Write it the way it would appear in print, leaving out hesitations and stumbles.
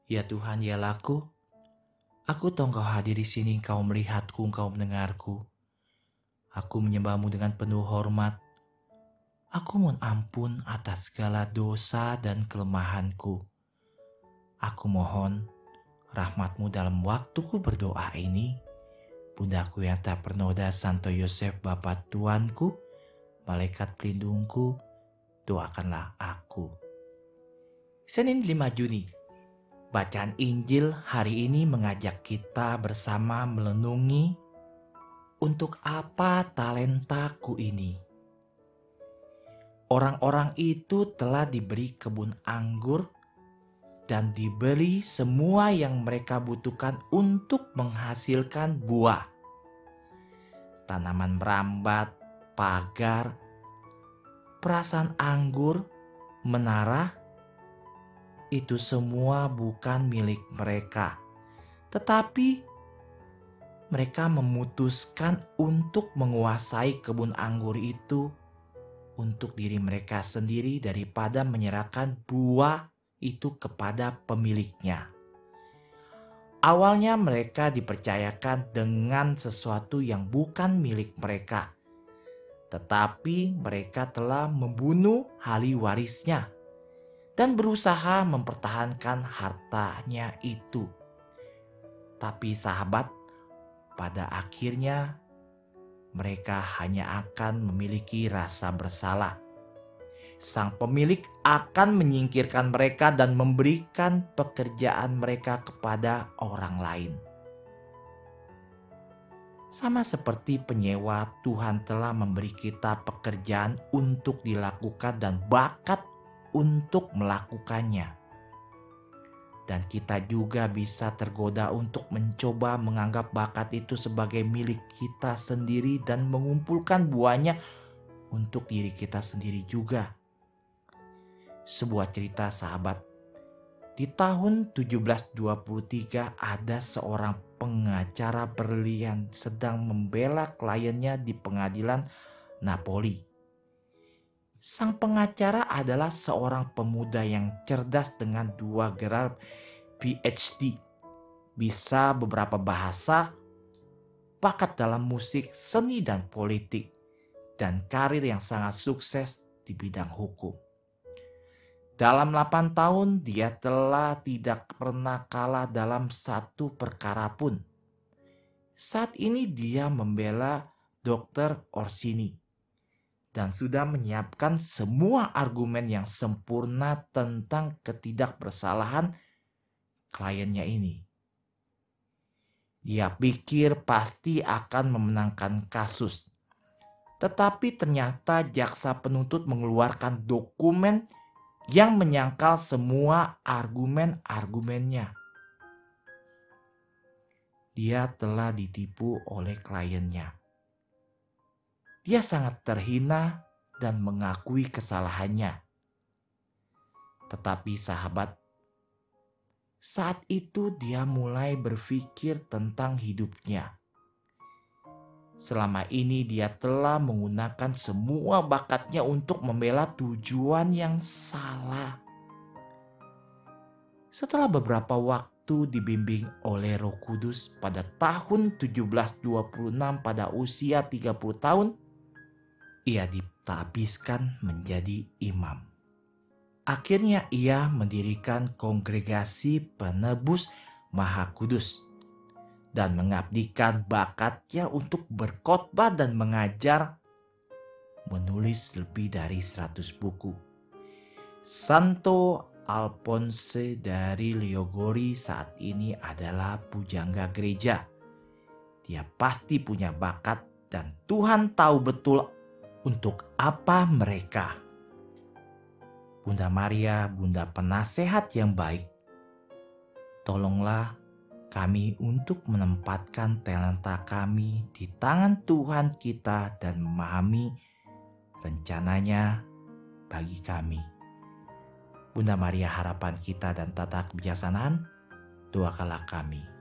Ya Tuhan, ya laku. Aku tahu Engkau hadir di sini, Engkau melihatku, Engkau mendengarku. Aku menyembahmu dengan penuh hormat. Aku mohon ampun atas segala dosa dan kelemahanku. Aku mohon rahmat-Mu dalam waktuku berdoa ini. Bundaku yang tak bernoda, Santo Yosef, Bapa Tuanku, Malaikat pelindungku, doakanlah aku. Senin 5 Juni. Bacaan Injil hari ini mengajak kita bersama merenungi untuk apa talentaku ini. Orang-orang itu telah diberi kebun anggur dan diberi semua yang mereka butuhkan untuk menghasilkan buah. Tanaman merambat, pagar, perasan anggur, menara, itu semua bukan milik mereka. Tetapi mereka memutuskan untuk menguasai kebun anggur itu untuk diri mereka sendiri daripada menyerahkan buah itu kepada pemiliknya. Awalnya mereka dipercayakan dengan sesuatu yang bukan milik mereka. Tetapi mereka telah membunuh ahli warisnya dan berusaha mempertahankan hartanya itu. Tapi sahabat, pada akhirnya mereka hanya akan memiliki rasa bersalah. Sang pemilik akan menyingkirkan mereka dan memberikan pekerjaan mereka kepada orang lain. Sama seperti penyewa, Tuhan telah memberi kita pekerjaan untuk dilakukan dan bakat untuk melakukannya. Dan kita juga bisa tergoda untuk mencoba menganggap bakat itu sebagai milik kita sendiri dan mengumpulkan buahnya untuk diri kita sendiri juga. Sebuah cerita sahabat, di tahun 1723 ada seorang pengacara berlian sedang membela kliennya di pengadilan Napoli. Sang pengacara adalah seorang pemuda yang cerdas dengan 2 gelar PhD, bisa beberapa bahasa, bakat dalam musik, seni dan politik, dan karir yang sangat sukses di bidang hukum. Dalam 8 tahun dia telah tidak pernah kalah dalam satu perkara pun. Saat ini dia membela Dr. Orsini dan sudah menyiapkan semua argumen yang sempurna tentang ketidakbersalahan kliennya ini. Dia pikir pasti akan memenangkan kasus. Tetapi ternyata jaksa penuntut mengeluarkan dokumen yang menyangkal semua argumen-argumennya. Dia telah ditipu oleh kliennya. Dia sangat terhina dan mengakui kesalahannya. Tetapi sahabat, saat itu dia mulai berpikir tentang hidupnya. Selama ini dia telah menggunakan semua bakatnya untuk membela tujuan yang salah. Setelah beberapa waktu dibimbing oleh Roh Kudus pada tahun 1726 pada usia 30 tahun, ia ditabiskan menjadi imam. Akhirnya ia mendirikan kongregasi penebus Maha Kudus dan mengabdikan bakatnya untuk berkhotbah dan mengajar, menulis lebih dari 100 buku. Santo Alphonse dari Liguori saat ini adalah pujangga gereja. Dia pasti punya bakat dan Tuhan tahu betul untuk apa mereka. Bunda Maria, Bunda penasehat yang baik, tolonglah kami untuk menempatkan talenta kami di tangan Tuhan kita dan memahami rencananya bagi kami. Bunda Maria harapan kita dan tata kebijaksanaan, doakanlah kami.